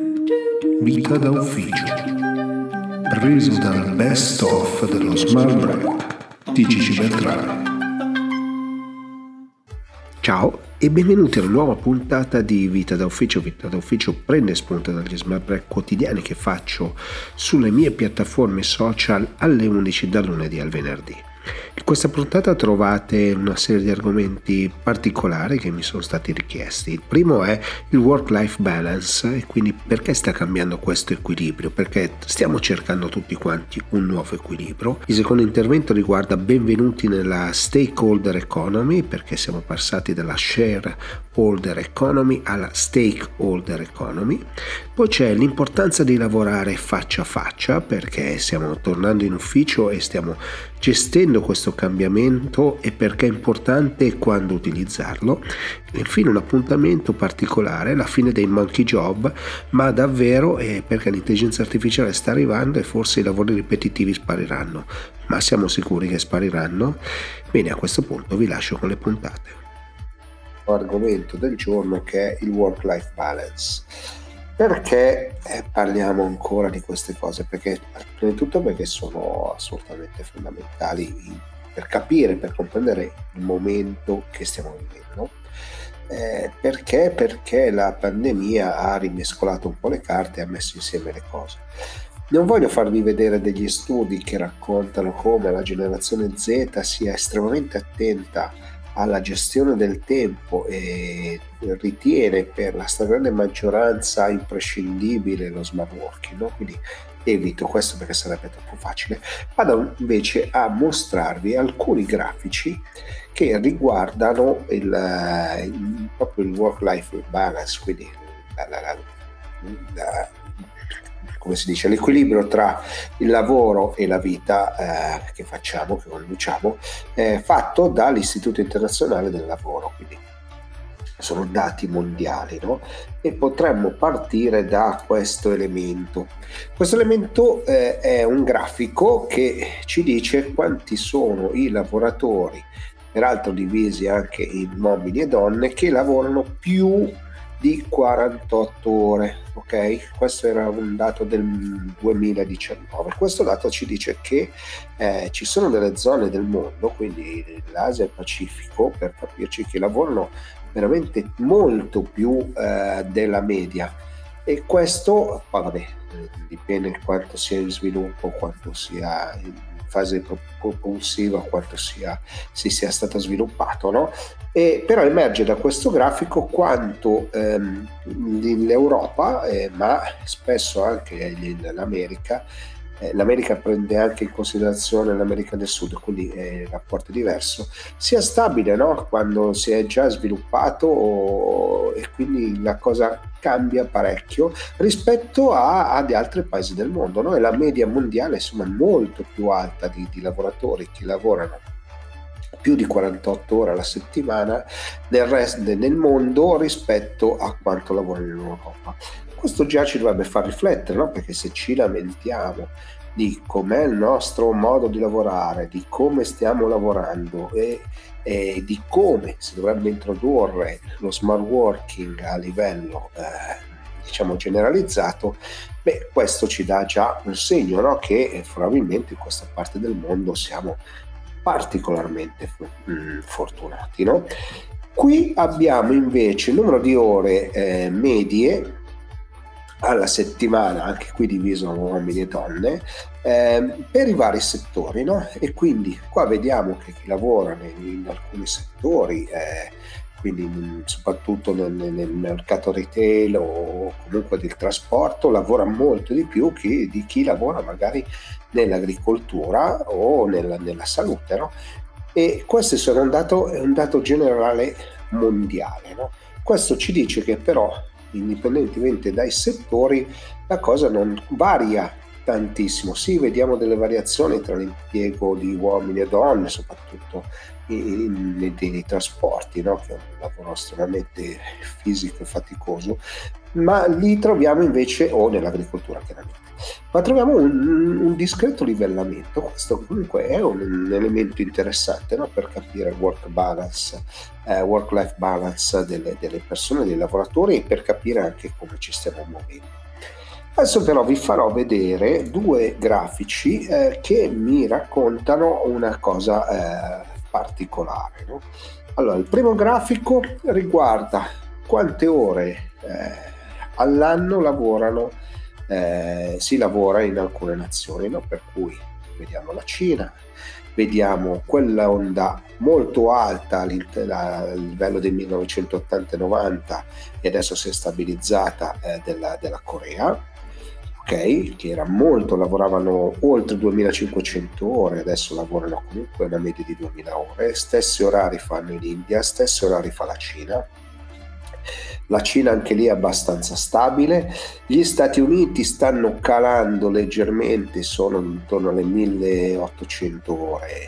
Vita da ufficio, preso dal best of dello Smart Rap di Gigi Beltrame. Ciao e benvenuti a una nuova puntata di Vita da Ufficio. Vita da Ufficio prende spunto dagli Smart Break quotidiani che faccio sulle mie piattaforme social alle 11 dal lunedì al venerdì. In questa puntata trovate una serie di argomenti particolari che mi sono stati richiesti. Il primo è il work-life balance e quindi perché sta cambiando questo equilibrio, perché stiamo cercando tutti quanti un nuovo equilibrio. Il secondo intervento riguarda benvenuti nella stakeholder economy, perché siamo passati dalla shareholder economy alla stakeholder economy. Poi c'è l'importanza di lavorare faccia a faccia, perché stiamo tornando in ufficio e stiamo gestendo questo cambiamento e perché è importante e quando utilizzarlo. E infine un appuntamento particolare, la fine dei monkey job, ma davvero perché l'intelligenza artificiale sta arrivando e forse i lavori ripetitivi spariranno. Ma siamo sicuri che spariranno? Bene, a questo punto vi lascio con le puntate. L'argomento del giorno che è il work-life balance. Perché parliamo ancora di queste cose? Perché prima di tutto perché sono assolutamente fondamentali per capire, per comprendere il momento che stiamo vivendo. Perché la pandemia ha rimescolato un po' le carte e ha messo insieme le cose. Non voglio farvi vedere degli studi che raccontano come la generazione Z sia estremamente attenta alla gestione del tempo e ritiene per la stragrande maggioranza imprescindibile lo smart working, no? Quindi evito questo perché sarebbe troppo facile. Vado invece a mostrarvi alcuni grafici che riguardano proprio il work-life balance, quindi come si dice, l'equilibrio tra il lavoro e la vita che facciamo, che conduciamo, fatto dall'Istituto Internazionale del Lavoro, quindi sono dati mondiali, no? E potremmo partire da questo elemento. Questo elemento è un grafico che ci dice quanti sono i lavoratori, peraltro divisi anche in uomini e donne, che lavorano più di 48 ore, ok? Questo era un dato del 2019. Questo dato ci dice che ci sono delle zone del mondo, quindi l'Asia e il Pacifico, per capirci, che lavorano veramente molto più della media. E questo, vabbè, dipende quanto sia in sviluppo, quanto sia in fase propulsiva, quanto si sia stato sviluppato, no? Però emerge da questo grafico quanto l'Europa, ma spesso anche l'America, l'America prende anche in considerazione l'America del Sud, quindi il rapporto è diverso, sia stabile, no? Quando si è già sviluppato e quindi la cosa cambia parecchio rispetto ad altri paesi del mondo, no? E la media mondiale insomma è molto più alta di lavoratori che lavorano più di 48 ore alla settimana nel mondo rispetto a quanto lavorano in Europa. Questo già ci dovrebbe far riflettere, no? Perché se ci lamentiamo di com'è il nostro modo di lavorare, di come stiamo lavorando e di come si dovrebbe introdurre lo smart working a livello diciamo generalizzato, questo ci dà già un segno, no? Che probabilmente in questa parte del mondo siamo particolarmente fortunati, no? Qui abbiamo invece il numero di ore medie alla settimana, anche qui diviso uomini e donne, per i vari settori, no? E quindi qua vediamo che chi lavora in alcuni settori, quindi soprattutto nel mercato retail o comunque del trasporto, lavora molto di più di chi lavora magari nell'agricoltura o nella salute, no? E questo è un dato generale mondiale, no? Questo ci dice che però, indipendentemente dai settori, la cosa non varia tantissimo. Sì, vediamo delle variazioni tra l'impiego di uomini e donne, soprattutto nei trasporti, no? Che è un lavoro estremamente fisico e faticoso, ma lì troviamo invece, o nell'agricoltura chiaramente, ma troviamo un discreto livellamento. Questo comunque è un elemento interessante, no? Per capire il work-life balance delle persone, dei lavoratori, e per capire anche come ci stiamo muovendo. Adesso però vi farò vedere due grafici che mi raccontano una cosa particolare, no? Allora, il primo grafico riguarda quante ore all'anno si lavora in alcune nazioni, no? Per cui vediamo la Cina, vediamo quella onda molto alta a livello del 1980 e 90 e adesso si è stabilizzata della Corea, ok, che lavoravano oltre 2500 ore, adesso lavorano comunque una media di 2000 ore, stessi orari fanno in India, stessi orari fa la Cina. La Cina anche lì è abbastanza stabile, gli Stati Uniti stanno calando leggermente, sono intorno alle 1800 ore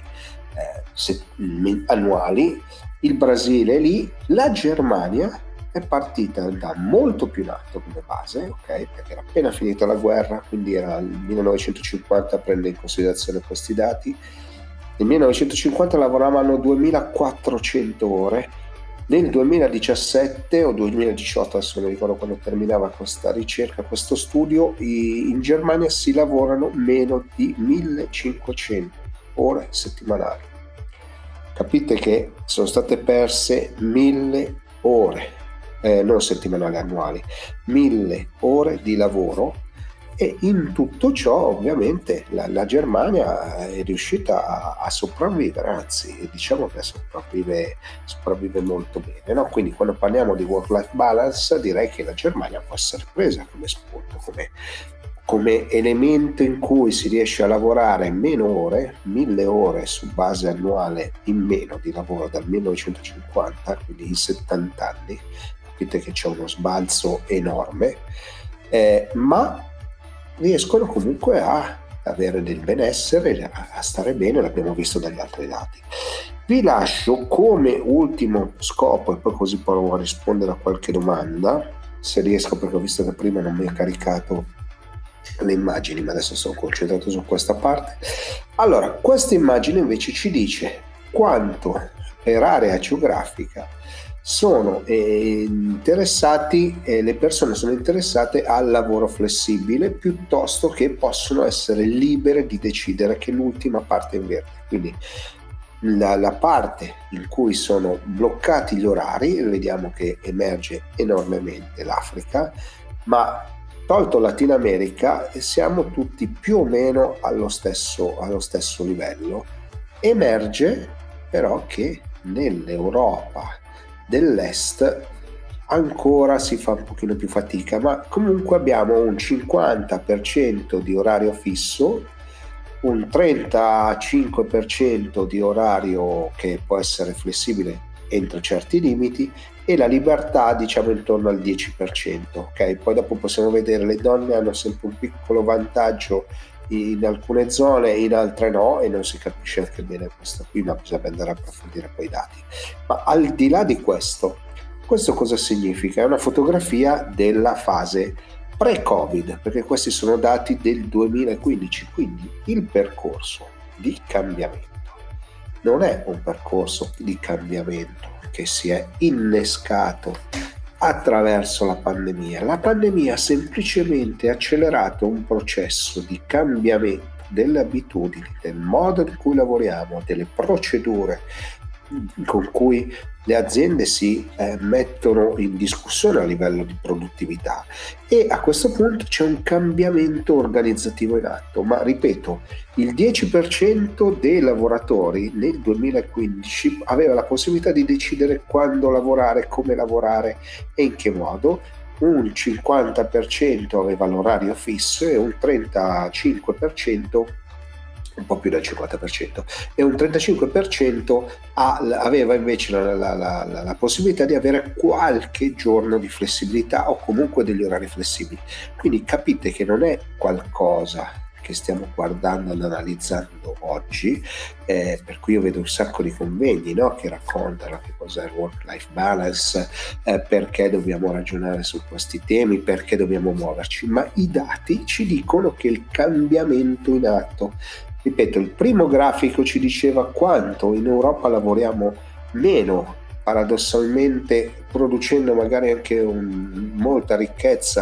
annuali, il Brasile è lì, la Germania è partita da molto più in alto come base, ok? Perché era appena finita la guerra, quindi era il 1950 a prendere in considerazione questi dati. Nel 1950 lavoravano 2400 ore, nel 2017 o 2018, adesso non ricordo quando terminava questa ricerca, questo studio, in Germania si lavorano meno di 1500 ore settimanali. Capite che sono state perse 1000 ore. Non settimanali, annuali, 1000 ore di lavoro, e in tutto ciò ovviamente la Germania è riuscita a sopravvivere, anzi diciamo che sopravvive molto bene, no? Quindi quando parliamo di work-life balance direi che la Germania può essere presa come spunto, come elemento in cui si riesce a lavorare meno ore, 1000 ore su base annuale in meno di lavoro dal 1950, quindi in 70 anni. Capite che c'è uno sbalzo enorme, ma riescono comunque a avere del benessere, a stare bene, l'abbiamo visto dagli altri dati. Vi lascio come ultimo scopo, e poi così provo a rispondere a qualche domanda, se riesco, perché ho visto che prima non mi ha caricato le immagini, ma adesso sono concentrato su questa parte. Allora, questa immagine invece ci dice quanto per area geografica sono interessati, le persone sono interessate al lavoro flessibile, piuttosto che possono essere libere di decidere, che l'ultima parte in verde. Quindi la parte in cui sono bloccati gli orari, vediamo che emerge enormemente l'Africa, ma tolto Latino America siamo tutti più o meno allo stesso livello. Emerge però che nell'Europa dell'Est ancora si fa un pochino più fatica, ma comunque abbiamo un 50% di orario fisso, un 35% di orario che può essere flessibile entro certi limiti, e la libertà diciamo intorno al 10%, ok? Poi dopo possiamo vedere le donne hanno sempre un piccolo vantaggio in alcune zone, in altre no, e non si capisce anche bene questo qui, ma bisogna andare a approfondire poi i dati. Ma al di là di questo cosa significa? È una fotografia della fase pre-Covid, perché questi sono dati del 2015, quindi il percorso di cambiamento non è un percorso di cambiamento che si è innescato attraverso la pandemia. La pandemia ha semplicemente accelerato un processo di cambiamento delle abitudini, del modo in cui lavoriamo, delle procedure con cui le aziende si mettono in discussione a livello di produttività, e a questo punto c'è un cambiamento organizzativo in atto. Ma ripeto, il 10% dei lavoratori nel 2015 aveva la possibilità di decidere quando lavorare, come lavorare e in che modo. Un 50% aveva l'orario fisso e un 35%, un po' più del 50%, e un 35% aveva invece la possibilità di avere qualche giorno di flessibilità o comunque degli orari flessibili. Quindi capite che non è qualcosa che stiamo guardando ed analizzando oggi, per cui io vedo un sacco di convegni, no, che raccontano che cos'è il work-life balance, perché dobbiamo ragionare su questi temi, perché dobbiamo muoverci, ma i dati ci dicono che il cambiamento in atto. Ripeto, il primo grafico ci diceva quanto in Europa lavoriamo meno, paradossalmente producendo magari anche molta ricchezza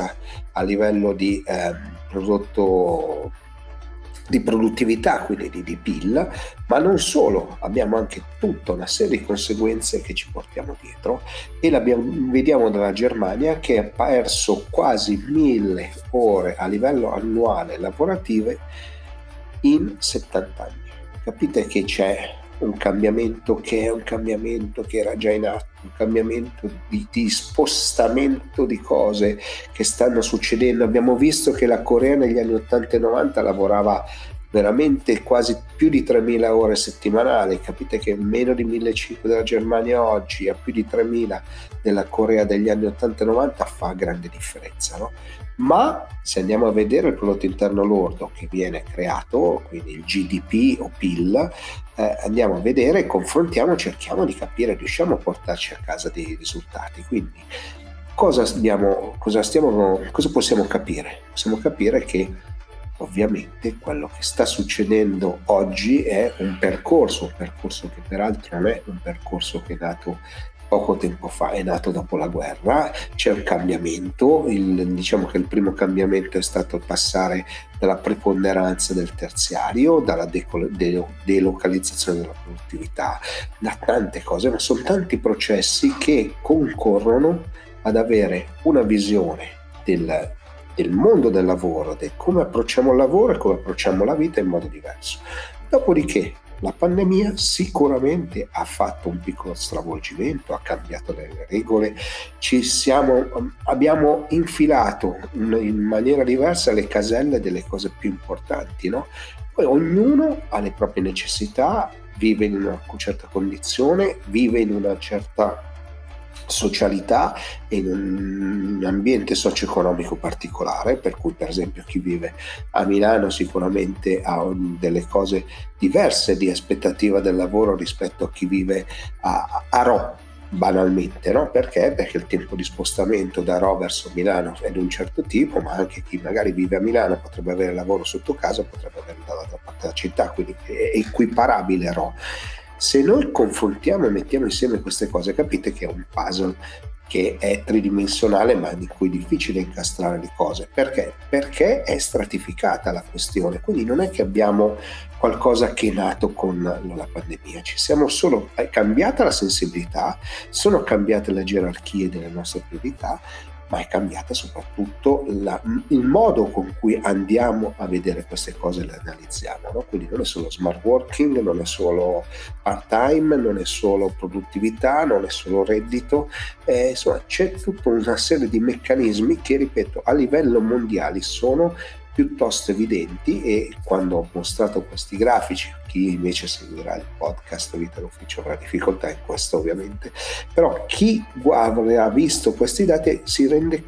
a livello di prodotto di produttività, quindi di PIL, ma non solo, abbiamo anche tutta una serie di conseguenze che ci portiamo dietro e vediamo dalla Germania che ha perso quasi 1000 ore a livello annuale lavorative in 70 anni. Capite che c'è un cambiamento che è un cambiamento che era già in atto, un cambiamento di spostamento di cose che stanno succedendo. Abbiamo visto che la Corea negli anni 80 e 90 lavorava veramente quasi più di 3.000 ore settimanali, capite che meno di 1.500 della Germania oggi a più di 3.000 della Corea degli anni 80 e 90 fa grande differenza, no? Ma se andiamo a vedere il prodotto interno lordo che viene creato, quindi il GDP o PIL, andiamo a vedere, confrontiamo, cerchiamo di capire, riusciamo a portarci a casa dei risultati. Quindi cosa possiamo capire? Possiamo capire che ovviamente quello che sta succedendo oggi è un percorso che peraltro non è un percorso che è nato poco tempo fa, è nato dopo la guerra, c'è un cambiamento, diciamo che il primo cambiamento è stato passare dalla preponderanza del terziario, dalla delocalizzazione della produttività, da tante cose, ma sono tanti processi che concorrono ad avere una visione del mondo del lavoro, di come approcciamo il lavoro e come approcciamo la vita in modo diverso. Dopodiché la pandemia sicuramente ha fatto un piccolo stravolgimento, ha cambiato le regole, abbiamo infilato in maniera diversa le caselle delle cose più importanti, no? Poi ognuno ha le proprie necessità, vive in una certa condizione, vive in una certa socialità e in un ambiente socio-economico particolare, per cui per esempio chi vive a Milano sicuramente ha delle cose diverse di aspettativa del lavoro rispetto a chi vive a Rho, banalmente, no? Perché? Perché il tempo di spostamento da Rho verso Milano è di un certo tipo, ma anche chi magari vive a Milano potrebbe avere lavoro sotto casa, potrebbe averlo dall'altra parte della città, quindi è equiparabile a Rho. Se noi confrontiamo e mettiamo insieme queste cose, capite che è un puzzle che è tridimensionale, ma di cui è difficile incastrare le cose. Perché? Perché è stratificata la questione, quindi non è che abbiamo qualcosa che è nato con la pandemia, è cambiata la sensibilità, sono cambiate le gerarchie delle nostre priorità, ma è cambiata soprattutto il modo con cui andiamo a vedere queste cose e le analizziamo, no? Quindi non è solo smart working, non è solo part-time, non è solo produttività, non è solo reddito, insomma c'è tutta una serie di meccanismi che, ripeto, a livello mondiale sono piuttosto evidenti, e quando ho mostrato questi grafici, chi invece seguirà il podcast Vita d'Ufficio avrà difficoltà in questo ovviamente, però chi avrà visto questi dati si renderà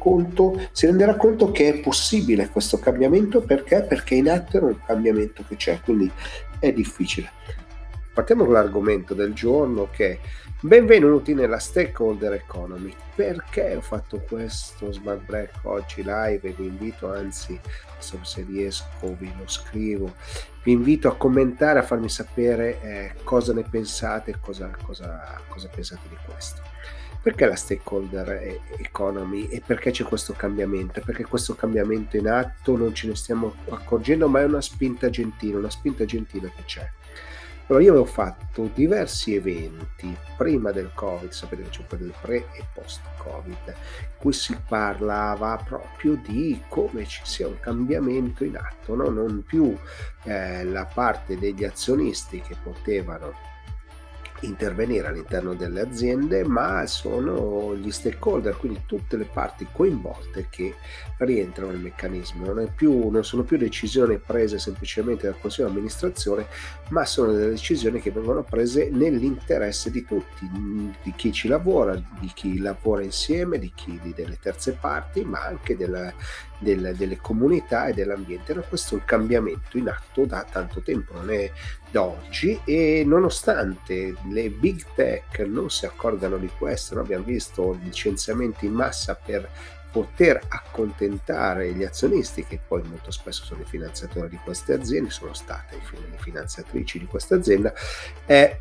conto che è possibile questo cambiamento. Perché in atto è un cambiamento che c'è, quindi è difficile. Partiamo con l'argomento del giorno, che è: benvenuti nella Stakeholder Economy. Perché ho fatto questo Smart Break oggi live e vi invito, anzi se riesco vi lo scrivo, vi invito a commentare, a farmi sapere cosa ne pensate, cosa pensate di questo. Perché la Stakeholder Economy e perché c'è questo cambiamento? Perché questo cambiamento in atto non ce ne stiamo accorgendo, ma è una spinta gentile che c'è. Allora, io avevo fatto diversi eventi prima del Covid, sapete che c'è quello del pre e post Covid, in cui si parlava proprio di come ci sia un cambiamento in atto, no? Non più la parte degli azionisti che potevano intervenire all'interno delle aziende, ma sono gli stakeholder, quindi tutte le parti coinvolte che rientrano nel meccanismo. Non sono più decisioni prese semplicemente dal consiglio di amministrazione, ma sono delle decisioni che vengono prese nell'interesse di tutti, di chi ci lavora, di chi lavora insieme, delle terze parti, ma anche delle comunità e dell'ambiente. Questo è un cambiamento in atto da tanto tempo, non è da oggi, e nonostante le big tech non si accorgano di questo, abbiamo visto licenziamenti in massa per poter accontentare gli azionisti, che poi molto spesso sono i finanziatori di queste aziende, sono state le finanziatrici di questa azienda,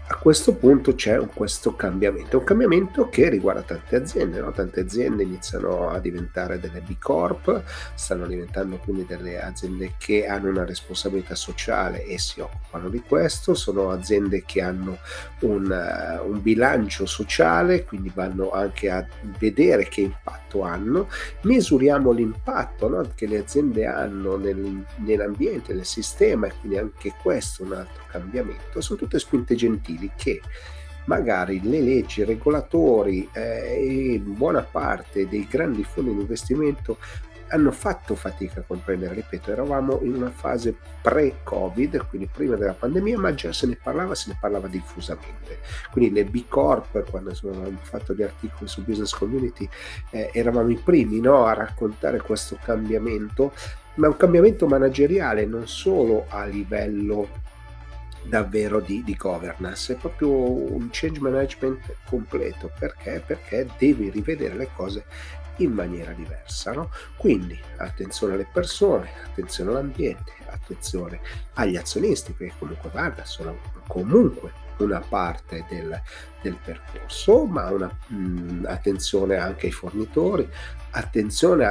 A questo punto c'è questo cambiamento, un cambiamento che riguarda tante aziende, no? Tante aziende iniziano a diventare delle B Corp, stanno diventando quindi delle aziende che hanno una responsabilità sociale e si occupano di questo, sono aziende che hanno un bilancio sociale, quindi vanno anche a vedere che impatto hanno, misuriamo l'impatto, no? Che le aziende hanno nell'ambiente, nel sistema, e quindi anche questo è un altro cambiamento. Sono tutte spinte gentili che magari le leggi, i regolatori e buona parte dei grandi fondi di investimento hanno fatto fatica a comprendere. Ripeto, eravamo in una fase pre-Covid, quindi prima della pandemia, ma già se ne parlava diffusamente. Quindi le B Corp, quando abbiamo fatto gli articoli su Business Community, eravamo i primi, no, a raccontare questo cambiamento, ma un cambiamento manageriale, non solo a livello davvero di governance, è proprio un change management completo. Perché devi rivedere le cose in maniera diversa, no? Quindi attenzione alle persone, attenzione all'ambiente, attenzione agli azionisti, perché comunque guarda, sono comunque una parte del percorso, ma attenzione anche ai fornitori, attenzione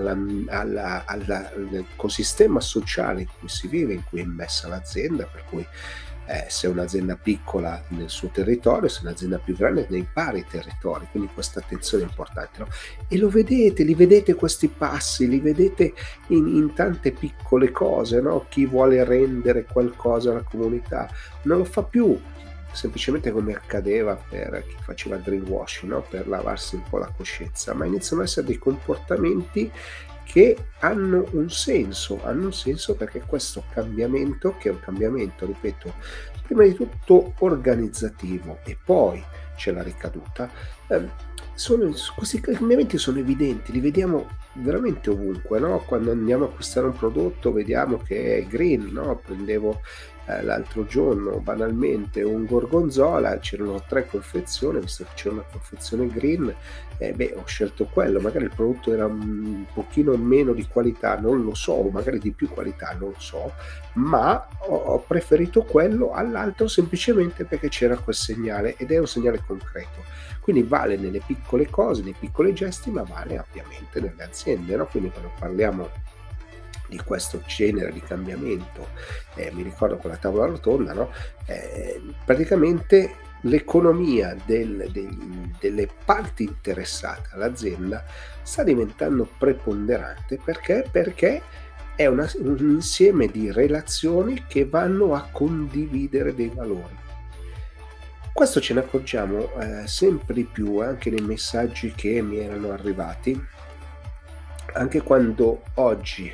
all'ecosistema sociale in cui si vive, in cui è immessa l'azienda, per cui se è un'azienda piccola nel suo territorio, se è un'azienda più grande nei vari territori, quindi questa attenzione è importante, no? E li vedete questi passi, li vedete in tante piccole cose, no? Chi vuole rendere qualcosa alla comunità non lo fa più semplicemente come accadeva per chi faceva greenwashing, no? Per lavarsi un po' la coscienza, ma iniziano ad essere dei comportamenti che hanno un senso perché questo cambiamento, che è un cambiamento, ripeto, prima di tutto organizzativo e poi c'è la ricaduta, questi cambiamenti sono evidenti, li vediamo veramente ovunque, no? Quando andiamo a acquistare un prodotto vediamo che è green, no? Prendevo l'altro giorno banalmente un gorgonzola, c'erano 3 confezioni, visto che c'era una confezione green, ho scelto quello. Magari il prodotto era un pochino meno di qualità, non lo so, o magari di più qualità, non lo so, ma ho preferito quello all'altro semplicemente perché c'era quel segnale, ed è un segnale concreto. Quindi vale nelle piccole cose, nei piccoli gesti, ma vale ampiamente nelle aziende, no? Quindi quando parliamo di questo genere di cambiamento, mi ricordo quella tavola rotonda, no? Praticamente l'economia delle parti interessate all'azienda sta diventando preponderante. Perché è un insieme di relazioni che vanno a condividere dei valori. Questo ce ne accorgiamo sempre di più anche nei messaggi che mi erano arrivati, anche quando oggi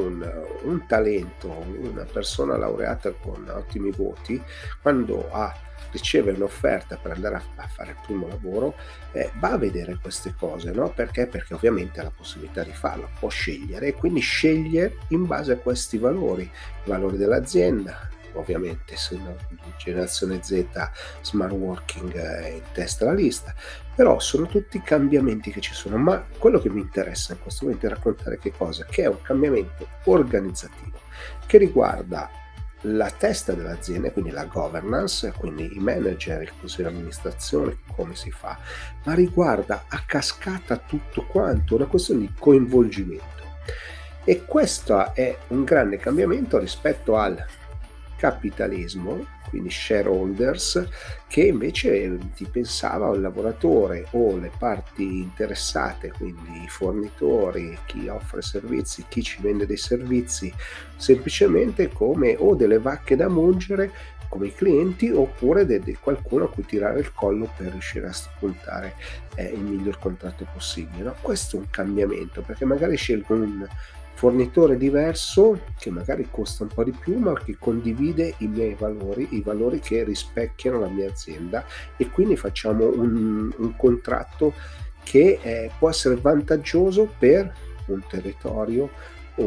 un talento, una persona laureata con ottimi voti, quando riceve un'offerta per andare a fare il primo lavoro, va a vedere queste cose, no? Perché ovviamente ha la possibilità di farlo, può scegliere, e quindi sceglie in base a questi valori, i valori dell'azienda. Ovviamente, essendo generazione Z, smart working è in testa alla lista, però sono tutti cambiamenti che ci sono. Ma quello che mi interessa in questo momento è raccontare che cosa? Che è un cambiamento organizzativo che riguarda la testa dell'azienda, quindi la governance, quindi i manager, il consiglio di amministrazione, come si fa, ma riguarda a cascata tutto quanto, una questione di coinvolgimento. E questo è un grande cambiamento rispetto al capitalismo, quindi shareholders, che invece ti pensava al lavoratore o le parti interessate, quindi i fornitori, chi offre servizi, chi ci vende dei servizi, semplicemente come o delle vacche da mungere come i clienti, oppure qualcuno a cui tirare il collo per riuscire a spuntare il miglior contratto possibile, no? Questo è un cambiamento, perché magari scelgo un fornitore diverso che magari costa un po' di più, ma che condivide i miei valori, i valori che rispecchiano la mia azienda, e quindi facciamo un contratto che può essere vantaggioso per un territorio o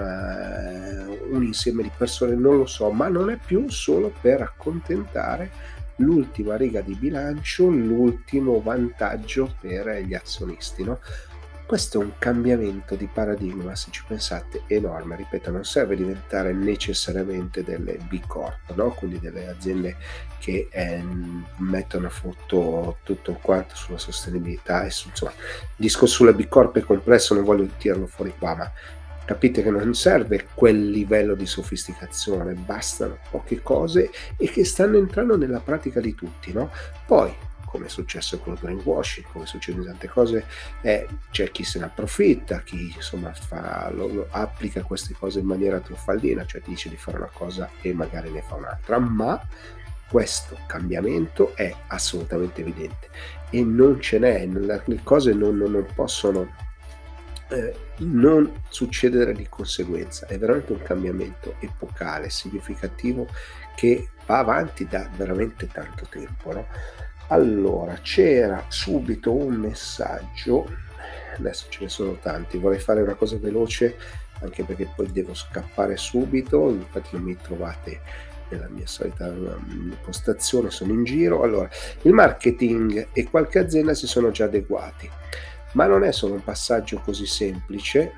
un insieme di persone, non lo so, ma non è più solo per accontentare l'ultima riga di bilancio, l'ultimo vantaggio per gli azionisti, no? Questo è un cambiamento di paradigma, se ci pensate, enorme. Ripeto, non serve diventare necessariamente delle B Corp, no? Quindi delle aziende che mettono a frutto tutto quanto sulla sostenibilità insomma, il discorso sulla B Corp è complesso, non voglio tirarlo fuori qua, ma capite che non serve quel livello di sofisticazione, bastano poche cose e che stanno entrando nella pratica di tutti, no? Poi, come è successo con il greenwashing, come succede in tante cose, c'è chi se ne approfitta, chi insomma lo applica queste cose in maniera truffaldina, cioè dice di fare una cosa e magari ne fa un'altra, ma questo cambiamento è assolutamente evidente e non ce n'è, le cose non possono non succedere di conseguenza. È veramente un cambiamento epocale, significativo, che va avanti da veramente tanto tempo, no? Allora, c'era subito un messaggio, adesso ce ne sono tanti, vorrei fare una cosa veloce anche perché poi devo scappare subito, infatti non mi trovate nella mia solita postazione, sono in giro. Allora, il marketing e qualche azienda si sono già adeguati, ma non è solo un passaggio così semplice,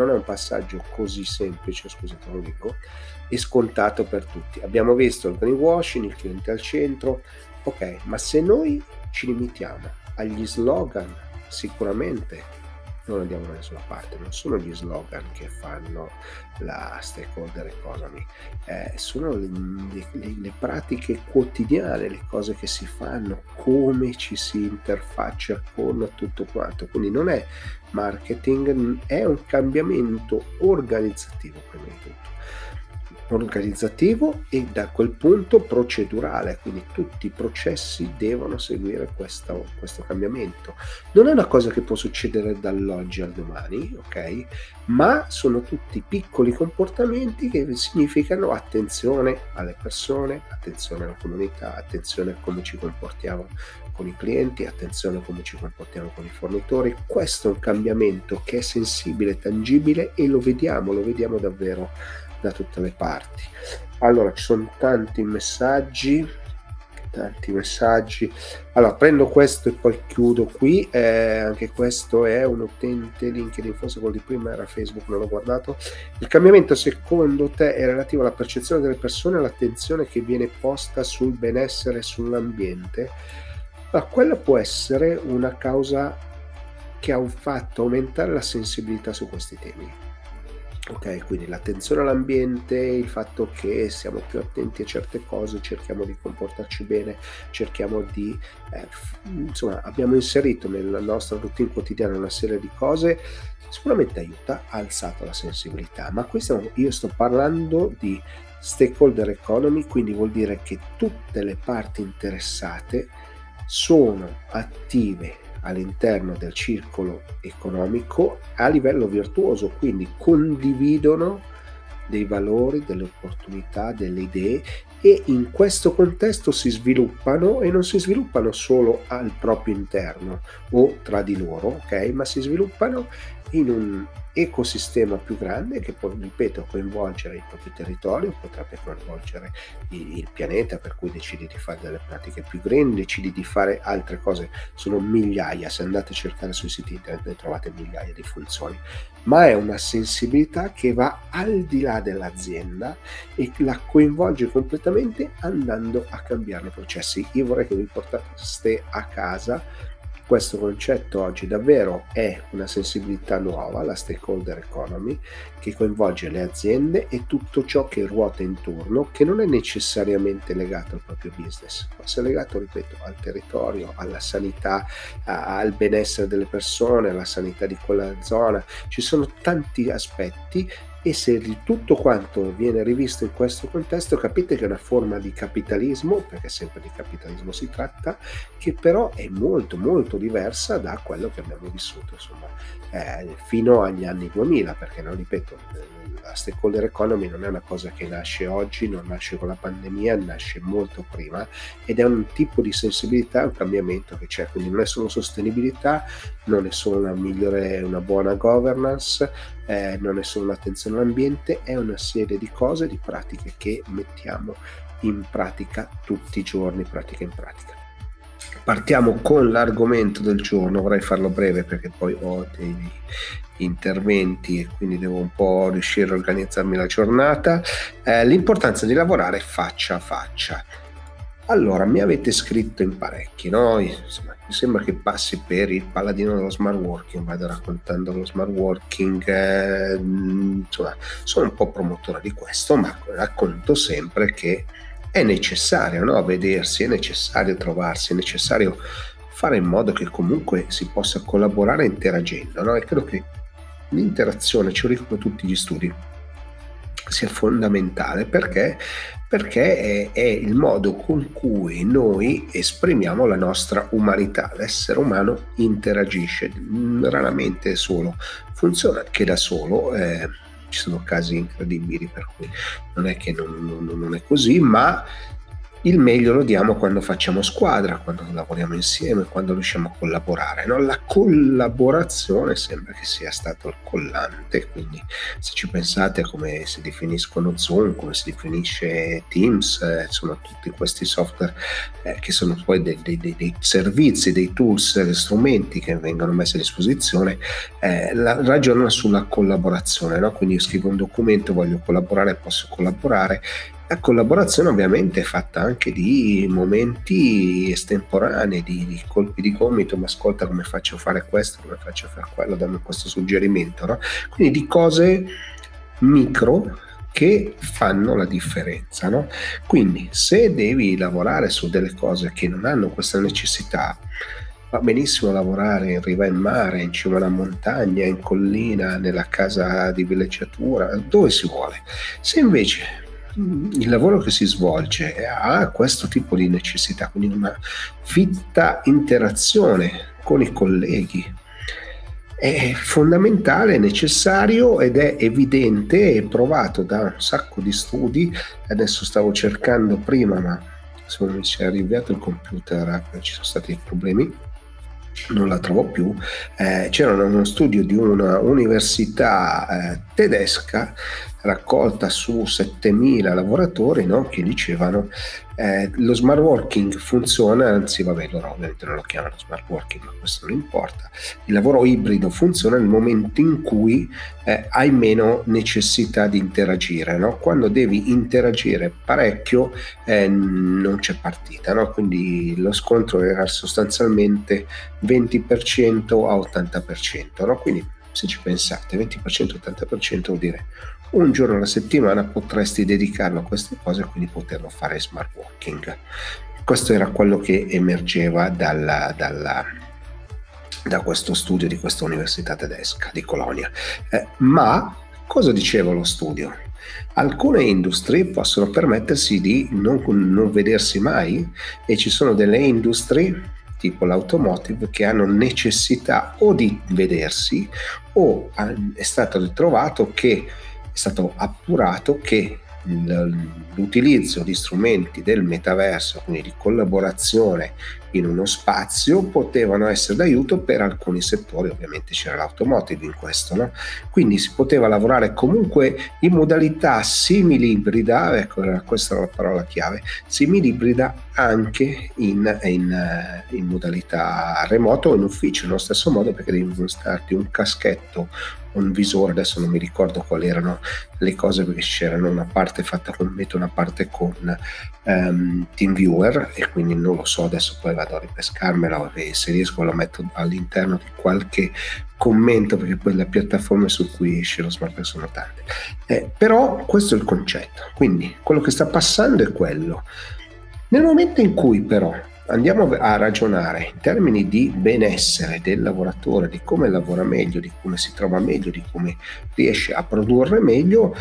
scusate, lo dico, e scontato per tutti. Abbiamo visto il greenwashing, il cliente al centro, ok, ma se noi ci limitiamo agli slogan, sicuramente non andiamo da nessuna parte. Non sono gli slogan che fanno la stakeholder economy, sono le pratiche quotidiane, le cose che si fanno, come ci si interfaccia con tutto quanto. Quindi non è marketing, è un cambiamento organizzativo prima di tutto. Organizzativo e da quel punto procedurale, quindi tutti i processi devono seguire questo cambiamento. Non è una cosa che può succedere dall'oggi al domani, ok? Ma sono tutti piccoli comportamenti che significano attenzione alle persone, attenzione alla comunità, attenzione a come ci comportiamo con i clienti, attenzione a come ci comportiamo con i fornitori. Questo è un cambiamento che è sensibile, tangibile e lo vediamo davvero da tutte le parti. Allora, ci sono tanti messaggi. Allora, prendo questo e poi chiudo qui. Anche questo è un utente LinkedIn, forse quello di prima era Facebook, non l'ho guardato. Il cambiamento secondo te è relativo alla percezione delle persone, all'attenzione che viene posta sul benessere e sull'ambiente? Allora, quella può essere una causa che ha fatto aumentare la sensibilità su questi temi. Ok, quindi l'attenzione all'ambiente, il fatto che siamo più attenti a certe cose, cerchiamo di comportarci bene, cerchiamo di insomma, abbiamo inserito nella nostra routine quotidiana una serie di cose, sicuramente aiuta, ha alzato la sensibilità, ma io sto parlando di stakeholder economy, quindi vuol dire che tutte le parti interessate sono attive all'interno del circolo economico a livello virtuoso, quindi condividono dei valori, delle opportunità, delle idee e in questo contesto si sviluppano e non si sviluppano solo al proprio interno o tra di loro, ok? Ma si sviluppano in un ecosistema più grande che può, ripeto, coinvolgere il proprio territorio, potrebbe coinvolgere il pianeta, per cui decidi di fare delle pratiche più green, decidi di fare altre cose, sono migliaia, se andate a cercare sui siti internet ne trovate migliaia di funzioni, ma è una sensibilità che va al di là dell'azienda e la coinvolge completamente andando a cambiare i processi. Io vorrei che vi portaste a casa questo concetto oggi. Davvero è una sensibilità nuova, la stakeholder economy, che coinvolge le aziende e tutto ciò che ruota intorno, che non è necessariamente legato al proprio business, ma è legato, ripeto, al territorio, alla sanità, al benessere delle persone, alla sanità di quella zona. Ci sono tanti aspetti e se di tutto quanto viene rivisto in questo contesto, capite che è una forma di capitalismo, perché sempre di capitalismo si tratta, che però è molto molto diversa da quello che abbiamo vissuto, insomma, fino agli anni 2000, perché non, ripeto, la stakeholder economy non è una cosa che nasce oggi, non nasce con la pandemia, nasce molto prima ed è un tipo di sensibilità, un cambiamento che c'è, quindi non è solo sostenibilità, non è solo una buona governance, non è solo l'attenzione all'ambiente, è una serie di cose, di pratiche che mettiamo in pratica tutti i giorni, pratica in pratica. Partiamo con l'argomento del giorno, vorrei farlo breve perché poi ho dei interventi e quindi devo un po' riuscire a organizzarmi la giornata. L'importanza di lavorare faccia a faccia. Allora, mi avete scritto in parecchi, no? Insomma, mi sembra che passi per il paladino dello smart working, vado raccontando lo smart working, insomma, sono un po' promotore di questo, ma racconto sempre che è necessario, no? Vedersi, è necessario trovarsi, è necessario fare in modo che comunque si possa collaborare interagendo, no? E credo che l'interazione, ci lo dicono tutti gli studi, sia fondamentale perché è il modo con cui noi esprimiamo la nostra umanità. L'essere umano interagisce, raramente solo, funziona anche da solo, ci sono casi incredibili per cui non è che non è così, ma il meglio lo diamo quando facciamo squadra, quando lavoriamo insieme, quando riusciamo a collaborare, no? La collaborazione sembra che sia stato il collante, quindi se ci pensate a come si definiscono Zoom, come si definisce Teams, insomma tutti questi software che sono poi dei servizi, dei tools, dei strumenti che vengono messi a disposizione, ragionano sulla collaborazione, no? Quindi io scrivo un documento, voglio collaborare, posso collaborare. La collaborazione ovviamente è fatta anche di momenti estemporanei, di colpi di gomito, ma ascolta come faccio a fare questo, come faccio a fare quello, dammi questo suggerimento, no? Quindi di cose micro che fanno la differenza, no? Quindi se devi lavorare su delle cose che non hanno questa necessità, va benissimo lavorare in riva in mare, in cima a una montagna, in collina, nella casa di villeggiatura, dove si vuole. Se invece il lavoro che si svolge ha questo tipo di necessità, quindi una fitta interazione con i colleghi, è fondamentale, è necessario ed è evidente e provato da un sacco di studi. Adesso stavo cercando prima, ma insomma mi si è arrabbiato il computer, ci sono stati problemi, non la trovo più. C'era uno studio di una università tedesca raccolta su 7.000 lavoratori, no? Che dicevano lo smart working funziona, anzi vabbè, loro ovviamente non lo chiamano smart working, ma questo non importa, il lavoro ibrido funziona nel momento in cui hai meno necessità di interagire, no? Quando devi interagire parecchio non c'è partita, no? Quindi lo scontro era sostanzialmente 20% a 80%, no? Quindi se ci pensate, 20% 80% vuol dire un giorno alla settimana potresti dedicarlo a queste cose e quindi poterlo fare smart working. Questo era quello che emergeva da questo studio di questa università tedesca di Colonia. Ma cosa diceva lo studio? Alcune industrie possono permettersi di non vedersi mai e ci sono delle industrie tipo l'automotive che hanno necessità o di vedersi o è stato ritrovato che è stato appurato che l'utilizzo di strumenti del metaverso, quindi di collaborazione in uno spazio, potevano essere d'aiuto per alcuni settori. Ovviamente c'era l'automotive in questo, no? Quindi si poteva lavorare comunque in modalità simil-ibrida, ecco, questa è la parola chiave, simil-ibrida anche in modalità remoto o in ufficio, nello stesso modo, perché devi installarti un caschetto, un visore, adesso non mi ricordo quali erano le cose, perché c'erano una parte fatta con Meto, una parte con TeamViewer, e quindi non lo so, adesso poi vado a ripescarmela e se riesco lo metto all'interno di qualche commento, perché poi le piattaforme su cui esce lo smart sono tante, però questo è il concetto. Quindi quello che sta passando è quello. Nel momento in cui però andiamo a ragionare in termini di benessere del lavoratore, di come lavora meglio, di come si trova meglio, di come riesce a produrre meglio,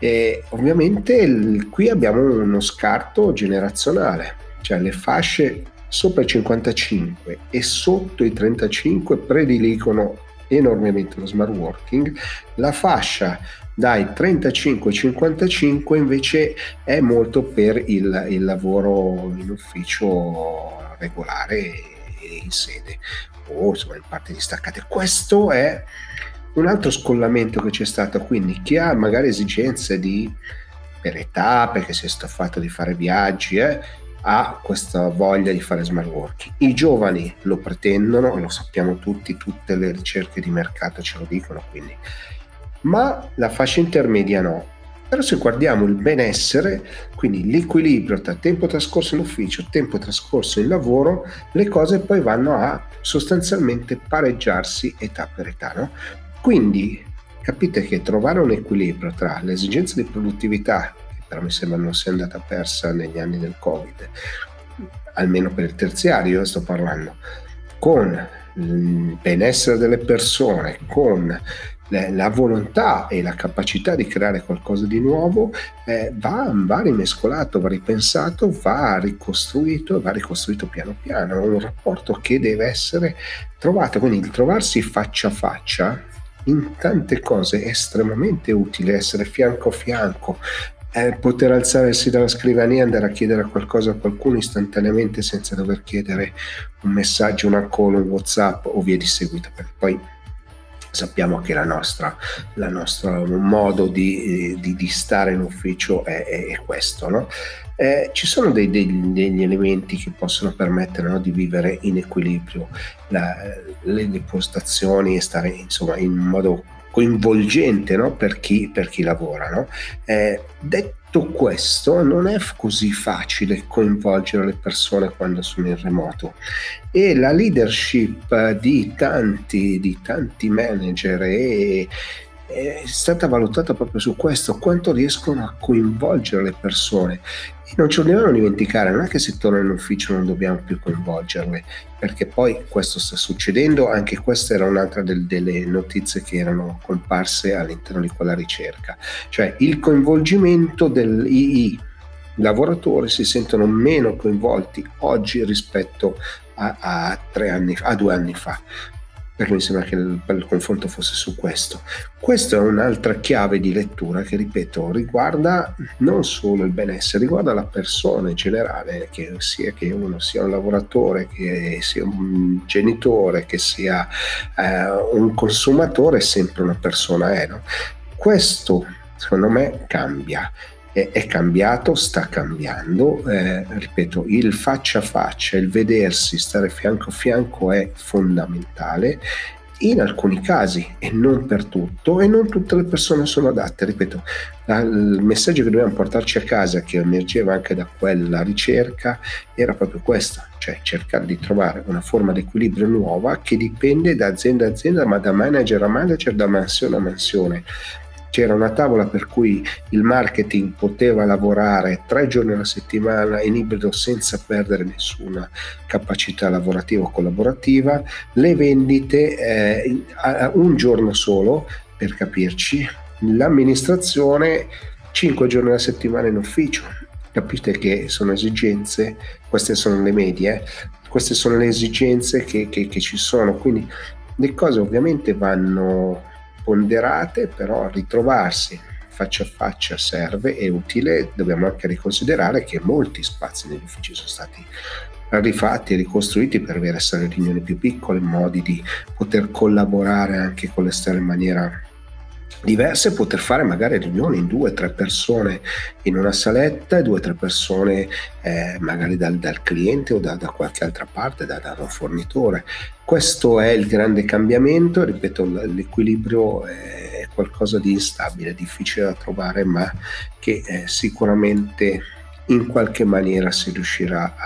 ovviamente qui abbiamo uno scarto generazionale, cioè le fasce sopra i 55 e sotto i 35 prediligono enormemente lo smart working, la fascia dai 35 ai 55 invece è molto per il lavoro in ufficio regolare e in sede o insomma in parti distaccate. Questo è un altro scollamento che c'è stato, quindi chi ha magari esigenze per età, perché si è stoffato di fare viaggi, ha questa voglia di fare smart working. I giovani lo pretendono, lo sappiamo tutti, tutte le ricerche di mercato ce lo dicono, quindi. Ma la fascia intermedia no. Però se guardiamo il benessere, quindi l'equilibrio tra tempo trascorso in ufficio, tempo trascorso in lavoro, le cose poi vanno a sostanzialmente pareggiarsi età per età, no? Quindi capite che trovare un equilibrio tra le esigenze di produttività, che però mi sembra non sia andata persa negli anni del Covid, almeno per il terziario sto parlando, con il benessere delle persone, con la volontà e la capacità di creare qualcosa di nuovo, va rimescolato, va ripensato, va ricostruito piano piano. È un rapporto che deve essere trovato, quindi il trovarsi faccia a faccia in tante cose è estremamente utile, essere fianco a fianco, poter alzarsi dalla scrivania e andare a chiedere qualcosa a qualcuno istantaneamente senza dover chiedere un messaggio, una call, un WhatsApp o via di seguito, perché poi sappiamo che il nostro modo di stare in ufficio è questo, no? Ci sono degli elementi che possono permettere, no, di vivere in equilibrio le impostazioni e stare insomma in modo coinvolgente, no? per chi lavora, no? Detto questo, non è così facile coinvolgere le persone quando sono in remoto, e la leadership di tanti manager è stata valutata proprio su questo, quanto riescono a coinvolgere le persone. E non ci dobbiamo dimenticare, non è che se tornano in ufficio non dobbiamo più coinvolgerle, perché poi questo sta succedendo. Anche questa era un'altra delle notizie che erano comparse all'interno di quella ricerca, cioè il coinvolgimento i lavoratori si sentono meno coinvolti oggi rispetto a 2 anni fa, perché mi sembra che il confronto fosse su questo. Questa è un'altra chiave di lettura che, ripeto, riguarda non solo il benessere, riguarda la persona in generale, che uno sia un lavoratore, che sia un genitore, che sia un consumatore, è sempre una persona, no? Questo secondo me cambia. È cambiato, sta cambiando, ripeto, il faccia a faccia, il vedersi, stare fianco a fianco è fondamentale in alcuni casi e non per tutto, e non tutte le persone sono adatte. Ripeto, il messaggio che dobbiamo portarci a casa, che emergeva anche da quella ricerca, era proprio questo, cioè cercare di trovare una forma di equilibrio nuova che dipende da azienda a azienda, ma da manager a manager, da mansione a mansione. C'era una tavola per cui il marketing poteva lavorare 3 giorni alla settimana in ibrido senza perdere nessuna capacità lavorativa o collaborativa, le vendite un giorno solo, per capirci, l'amministrazione 5 giorni alla settimana in ufficio. Capite che sono esigenze, queste sono le medie, queste sono le esigenze che ci sono, quindi le cose ovviamente vanno ponderate, però ritrovarsi faccia a faccia serve, è utile. Dobbiamo anche riconsiderare che molti spazi negli uffici sono stati rifatti e ricostruiti per avere riunioni più piccole, modi di poter collaborare anche con l'esterno in maniera diversa, e poter fare magari riunioni in 2-3 persone in una saletta e 2-3 persone magari dal cliente o da qualche altra parte, da un fornitore. Questo è il grande cambiamento. Ripeto, l'equilibrio è qualcosa di instabile, difficile da trovare, ma che sicuramente in qualche maniera si riuscirà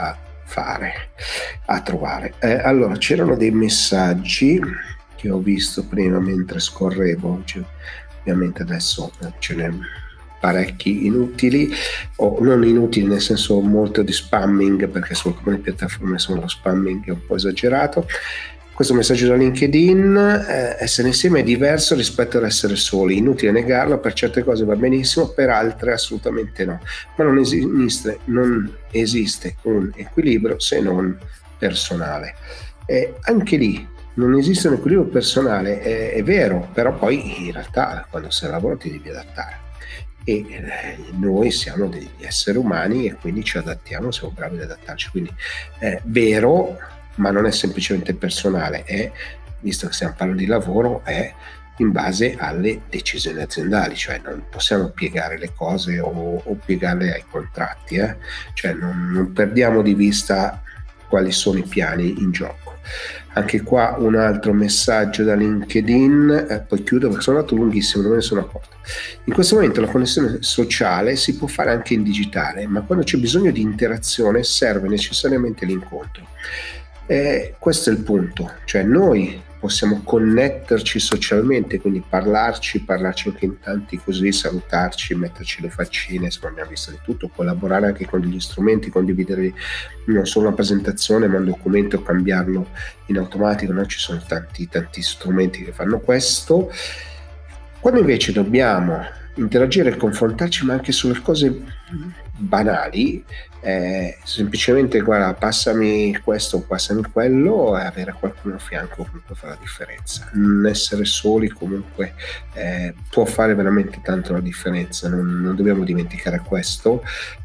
a trovare. Allora, c'erano dei messaggi che ho visto prima mentre scorrevo, ovviamente adesso ce n'è parecchi inutili, o non inutili nel senso molto di spamming, perché su alcune piattaforme lo spamming è un po' esagerato. Questo messaggio da LinkedIn: essere insieme è diverso rispetto ad essere soli, inutile negarlo, per certe cose va benissimo, per altre assolutamente no, ma non esiste un equilibrio se non personale. Anche lì non esiste un equilibrio personale, è vero, però poi in realtà quando sei al lavoro ti devi adattare, e noi siamo degli esseri umani e quindi ci adattiamo, siamo bravi ad adattarci, quindi è vero, ma non è semplicemente personale, visto che stiamo parlando di lavoro, è in base alle decisioni aziendali, cioè non possiamo piegare le cose o piegarle ai contratti, cioè non perdiamo di vista quali sono i piani in gioco. Anche qua un altro messaggio da LinkedIn, poi chiudo perché sono andato lunghissimo, non me ne sono accorto. In questo momento la connessione sociale si può fare anche in digitale, ma quando c'è bisogno di interazione serve necessariamente l'incontro. Questo è il punto, cioè noi possiamo connetterci socialmente, quindi parlarci anche in tanti, così salutarci, metterci le faccine, insomma abbiamo visto di tutto, collaborare anche con degli strumenti, condividere non solo una presentazione ma un documento, cambiarlo in automatico, no? Ci sono tanti strumenti che fanno questo. Quando invece dobbiamo interagire e confrontarci, ma anche sulle cose banali, semplicemente guarda, passami questo, passami quello, e avere qualcuno a fianco comunque fa la differenza. Non essere soli comunque può fare veramente tanto la differenza, non dobbiamo dimenticare questo.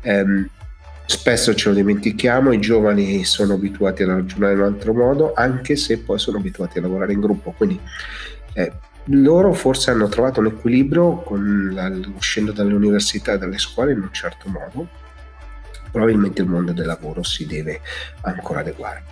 Spesso ce lo dimentichiamo, i giovani sono abituati a ragionare in un altro modo, anche se poi sono abituati a lavorare in gruppo, quindi loro forse hanno trovato un equilibrio uscendo dalle università e dalle scuole in un certo modo. Probabilmente il mondo del lavoro si deve ancora adeguare.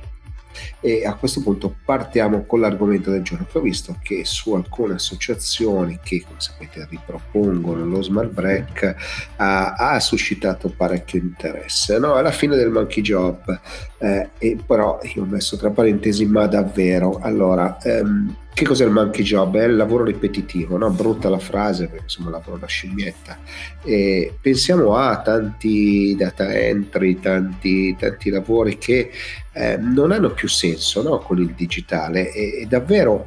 E a questo punto partiamo con l'argomento del giorno, che ho visto che su alcune associazioni che, come sapete, ripropongono lo smart break ha suscitato parecchio interesse, no? Alla fine del monkey job, e però io ho messo tra parentesi ma davvero. Allora, che cos'è il monkey job? È il lavoro ripetitivo, no? Brutta la frase perché insomma lavoro da scimmietta, e pensiamo a tanti data entry, tanti lavori che non hanno più senso, no? Con il digitale, e davvero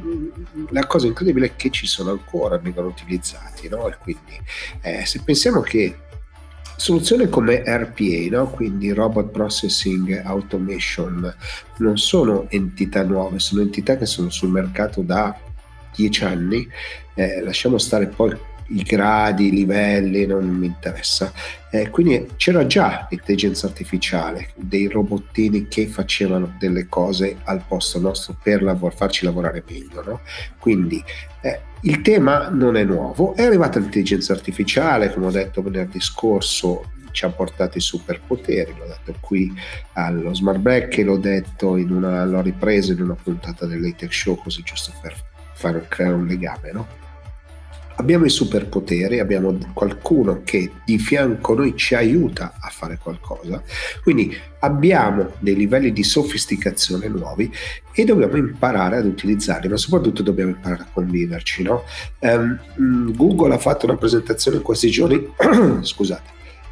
la cosa incredibile è che ci sono ancora, vengono utilizzati, no? E quindi se pensiamo che soluzioni come RPA, no? Quindi Robot Processing Automation, non sono entità nuove, sono entità che sono sul mercato da 10 anni, lasciamo stare poi i gradi, i livelli, non mi interessa. Quindi c'era già l'intelligenza artificiale, dei robottini che facevano delle cose al posto nostro per farci lavorare meglio, no? Quindi il tema non è nuovo, è arrivata l'intelligenza artificiale, come ho detto venerdì scorso, ci ha portato i superpoteri, l'ho detto qui allo Smart Break e l'ho ripreso in una puntata del Late Show, così giusto per creare un legame, no? Abbiamo i superpoteri, abbiamo qualcuno che di fianco a noi ci aiuta a fare qualcosa, quindi abbiamo dei livelli di sofisticazione nuovi e dobbiamo imparare ad utilizzarli, ma soprattutto dobbiamo imparare a conviverci, no? Google ha fatto una presentazione in questi giorni, scusate,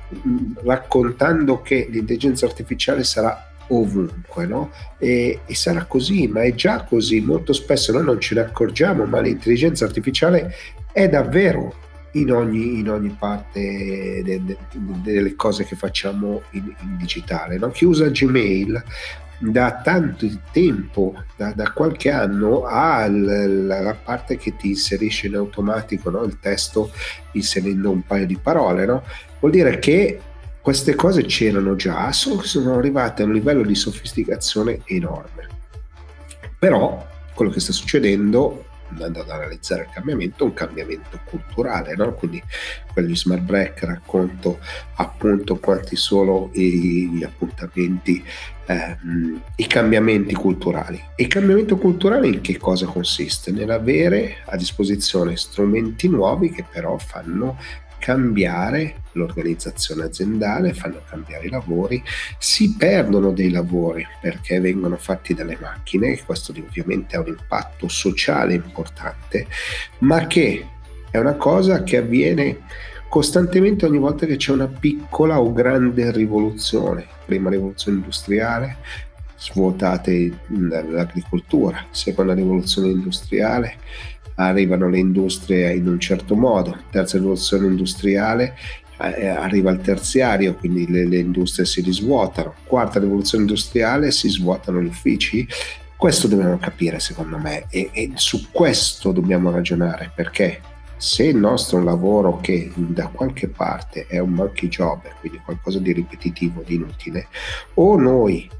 raccontando che l'intelligenza artificiale sarà ovunque, no? E sarà così, ma è già così. Molto spesso noi non ce ne accorgiamo, ma l'intelligenza artificiale è davvero in ogni parte delle cose che facciamo in digitale, no? Chi usa Gmail da tanto tempo, da qualche anno, ha la parte che ti inserisce in automatico, no? Il testo inserendo un paio di parole, no? Vuol dire che queste cose c'erano già, sono arrivate a un livello di sofisticazione enorme. Però quello che sta succedendo, andando ad analizzare il cambiamento, un cambiamento culturale, no? Quindi quelli Smart Break racconto appunto quanti sono gli appuntamenti, i cambiamenti culturali. E il cambiamento culturale in che cosa consiste? Nell'avere a disposizione strumenti nuovi che però fanno cambiare l'organizzazione aziendale, fanno cambiare i lavori, si perdono dei lavori perché vengono fatti dalle macchine, questo ovviamente ha un impatto sociale importante, ma che è una cosa che avviene costantemente ogni volta che c'è una piccola o grande rivoluzione. Prima rivoluzione industriale, svuotate l'agricoltura, seconda rivoluzione industriale, arrivano le industrie in un certo modo, terza rivoluzione industriale, arriva il terziario, quindi le industrie si risvuotano, quarta rivoluzione industriale, si svuotano gli uffici. Questo dobbiamo capire, secondo me, e su questo dobbiamo ragionare, perché se il nostro lavoro, che da qualche parte è un monkey job, quindi qualcosa di ripetitivo, di inutile, o noi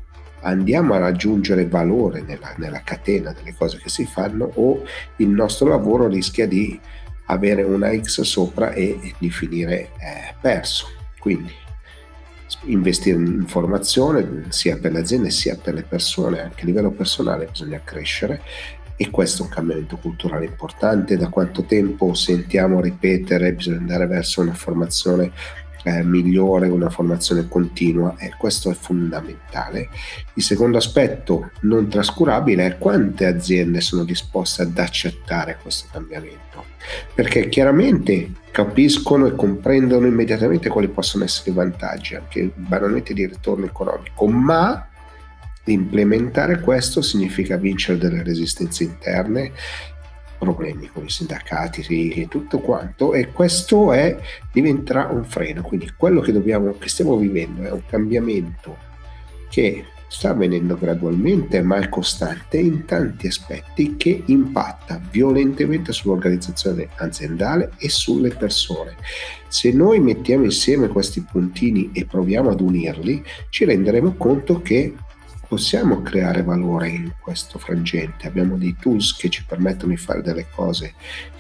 andiamo a raggiungere valore nella catena delle cose che si fanno, o il nostro lavoro rischia di avere una X sopra e di finire perso. Quindi investire in informazione sia per le aziende sia per le persone, anche a livello personale bisogna crescere, e questo è un cambiamento culturale importante. Da quanto tempo sentiamo ripetere bisogna andare verso una formazione migliore, una formazione continua, e questo è fondamentale. Il secondo aspetto non trascurabile è quante aziende sono disposte ad accettare questo cambiamento, perché chiaramente capiscono e comprendono immediatamente quali possono essere i vantaggi, anche banalmente di ritorno economico, ma implementare questo significa vincere delle resistenze interne, problemi con i sindacati e tutto quanto, e questo diventerà un freno. Quindi quello che stiamo vivendo è un cambiamento che sta avvenendo gradualmente ma è costante in tanti aspetti, che impatta violentemente sull'organizzazione aziendale e sulle persone. Se noi mettiamo insieme questi puntini e proviamo ad unirli, ci renderemo conto che possiamo creare valore in questo frangente. Abbiamo dei tools che ci permettono di fare delle cose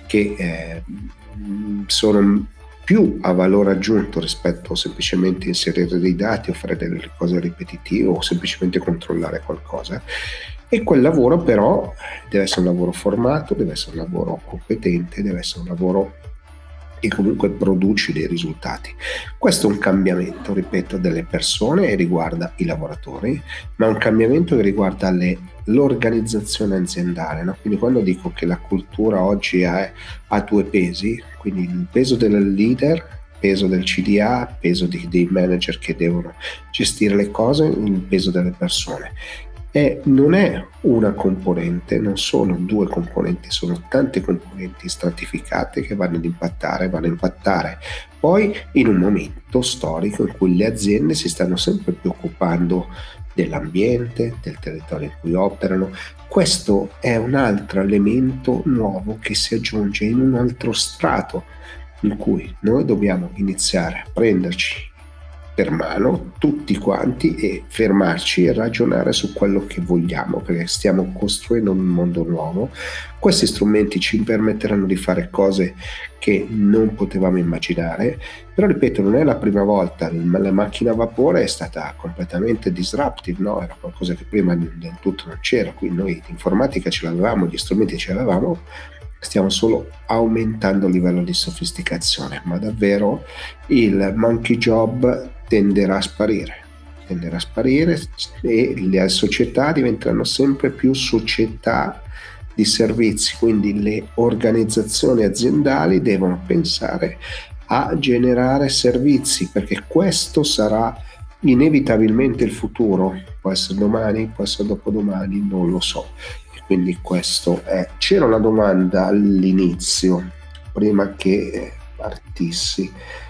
che sono più a valore aggiunto rispetto a semplicemente inserire dei dati o fare delle cose ripetitive o semplicemente controllare qualcosa. E quel lavoro però deve essere un lavoro formato, deve essere un lavoro competente, deve essere un lavoro che comunque produce dei risultati. Questo è un cambiamento, ripeto, delle persone e riguarda i lavoratori, ma è un cambiamento che riguarda l'organizzazione aziendale, no? Quindi quando dico che la cultura oggi ha due pesi, quindi il peso del leader, peso del CDA, peso dei manager che devono gestire le cose, il peso delle persone. E non è una componente, non sono due componenti, sono tante componenti stratificate che vanno a impattare poi in un momento storico in cui le aziende si stanno sempre più occupando dell'ambiente, del territorio in cui operano. Questo è un altro elemento nuovo che si aggiunge in un altro strato in cui noi dobbiamo iniziare a prenderci per mano tutti quanti e fermarci e ragionare su quello che vogliamo, perché stiamo costruendo un mondo nuovo. Questi strumenti ci permetteranno di fare cose che non potevamo immaginare, però ripeto, non è la prima volta. La macchina a vapore è stata completamente disruptive, no? Era qualcosa che prima del tutto non c'era, quindi noi l'informatica ce l'avevamo, gli strumenti ce l'avevamo, stiamo solo aumentando il livello di sofisticazione, ma davvero il monkey job tenderà a sparire e le società diventeranno sempre più società di servizi, quindi le organizzazioni aziendali devono pensare a generare servizi, perché questo sarà inevitabilmente il futuro. Può essere domani, può essere dopodomani, non lo so. E quindi questo è. C'era una domanda all'inizio, prima che partissi,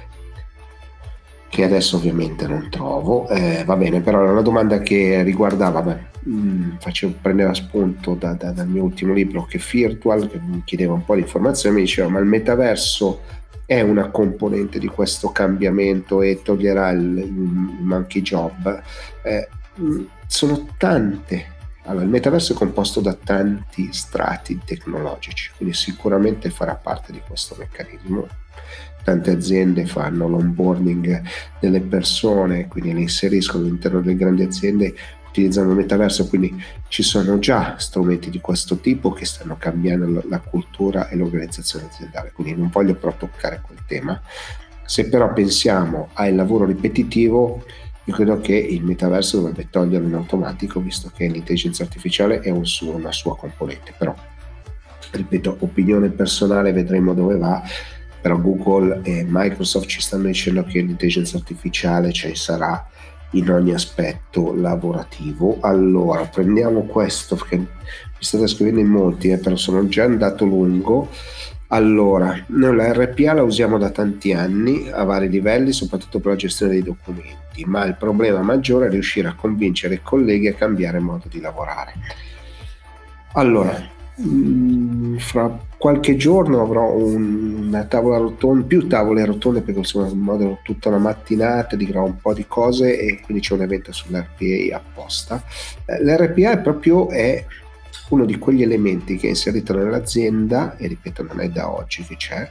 che adesso ovviamente non trovo, va bene, però era una domanda che riguardava, facevo prendere spunto dal mio ultimo libro, che Virtual, che mi chiedeva un po' di informazioni, mi diceva: ma il metaverso è una componente di questo cambiamento e toglierà il monkey job? Sono tante. Allora, il metaverso è composto da tanti strati tecnologici, quindi sicuramente farà parte di questo meccanismo. Tante aziende fanno l'onboarding delle persone, quindi le inseriscono all'interno delle grandi aziende utilizzando il metaverso, quindi ci sono già strumenti di questo tipo che stanno cambiando la cultura e l'organizzazione aziendale, quindi non voglio però toccare quel tema. Se però pensiamo al lavoro ripetitivo, io credo che il metaverso dovrebbe toglierlo in automatico, visto che l'intelligenza artificiale è una sua componente. Però, ripeto, opinione personale, vedremo dove va. Però Google e Microsoft ci stanno dicendo che l'intelligenza artificiale sarà in ogni aspetto lavorativo. Allora, prendiamo questo, perché mi state scrivendo in molti, però sono già andato lungo. Allora, noi la RPA la usiamo da tanti anni a vari livelli, soprattutto per la gestione dei documenti, ma il problema maggiore è riuscire a convincere i colleghi a cambiare modo di lavorare. Allora, Fra qualche giorno avrò una tavola rotonda, più tavole rotonde, perché insomma modero tutta una mattinata, dirò un po' di cose e quindi c'è un evento sull'RPA apposta. L'RPA è uno di quegli elementi che è inserito nell'azienda, e ripeto non è da oggi che c'è,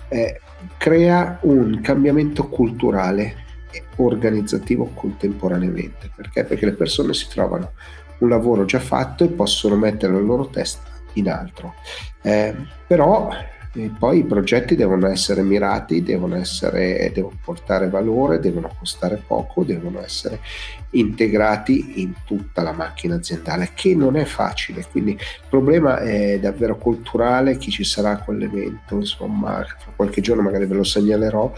crea un cambiamento culturale e organizzativo contemporaneamente. Perché? Perché le persone si trovano un lavoro già fatto e possono mettere la loro testa in altro. Però poi i progetti devono essere mirati, devono portare valore, devono costare poco, devono essere integrati in tutta la macchina aziendale, che non è facile. Quindi il problema è davvero culturale. Chi ci sarà a quell'evento, insomma, fra qualche giorno magari ve lo segnalerò.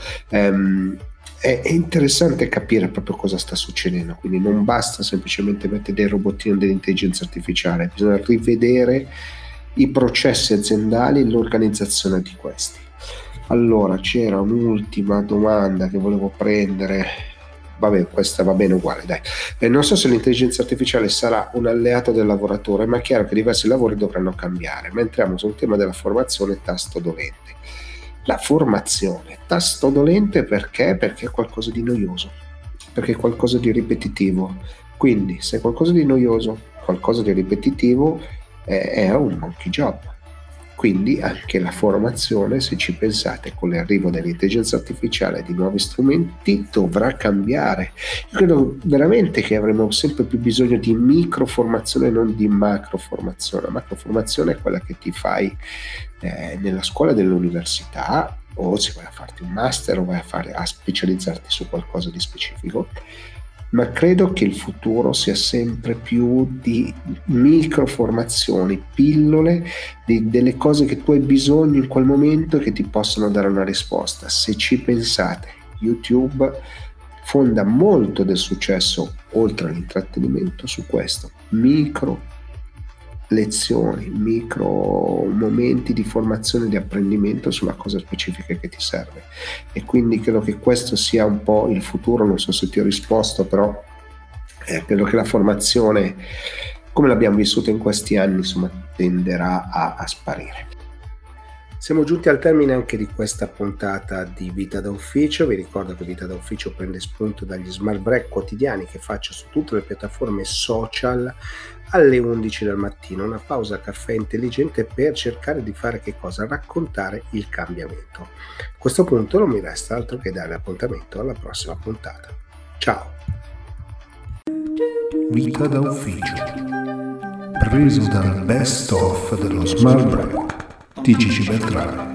È interessante capire proprio cosa sta succedendo, quindi non basta semplicemente mettere dei robottini dell'intelligenza artificiale, bisogna rivedere i processi aziendali e l'organizzazione di questi. Allora, c'era un'ultima domanda che volevo prendere, vabbè, questa va bene uguale, dai. Non so se l'intelligenza artificiale sarà un alleato del lavoratore, ma è chiaro che diversi lavori dovranno cambiare, ma entriamo sul tema della formazione tasto dolente. La formazione tasto dolente perché? Perché è qualcosa di noioso, perché è qualcosa di ripetitivo. Quindi se è qualcosa di noioso, qualcosa di ripetitivo, è un monkey job. Quindi anche la formazione, se ci pensate, con l'arrivo dell'intelligenza artificiale e di nuovi strumenti, dovrà cambiare. Io credo veramente che avremo sempre più bisogno di microformazione e non di macroformazione. La macroformazione è quella che ti fai nella scuola dell'università, o se vai a farti un master o vai a specializzarti su qualcosa di specifico. Ma credo che il futuro sia sempre più di microformazioni, pillole, delle cose che tu hai bisogno in quel momento e che ti possono dare una risposta. Se ci pensate, YouTube fonda molto del successo, oltre all'intrattenimento, su questo: micro lezioni, micro momenti di formazione e di apprendimento sulla cosa specifica che ti serve. E quindi credo che questo sia un po' il futuro. Non so se ti ho risposto, però credo che la formazione, come l'abbiamo vissuta in questi anni, insomma, tenderà a sparire. Siamo giunti al termine anche di questa puntata di Vita da Ufficio. Vi ricordo che Vita da Ufficio prende spunto dagli smart break quotidiani che faccio su tutte le piattaforme social alle 11 del mattino, una pausa caffè intelligente per cercare di fare che cosa? Raccontare il cambiamento. A questo punto non mi resta altro che dare appuntamento alla prossima puntata. Ciao! Vita da Ufficio, preso dal best of dello smart break di Gigi Beltrame.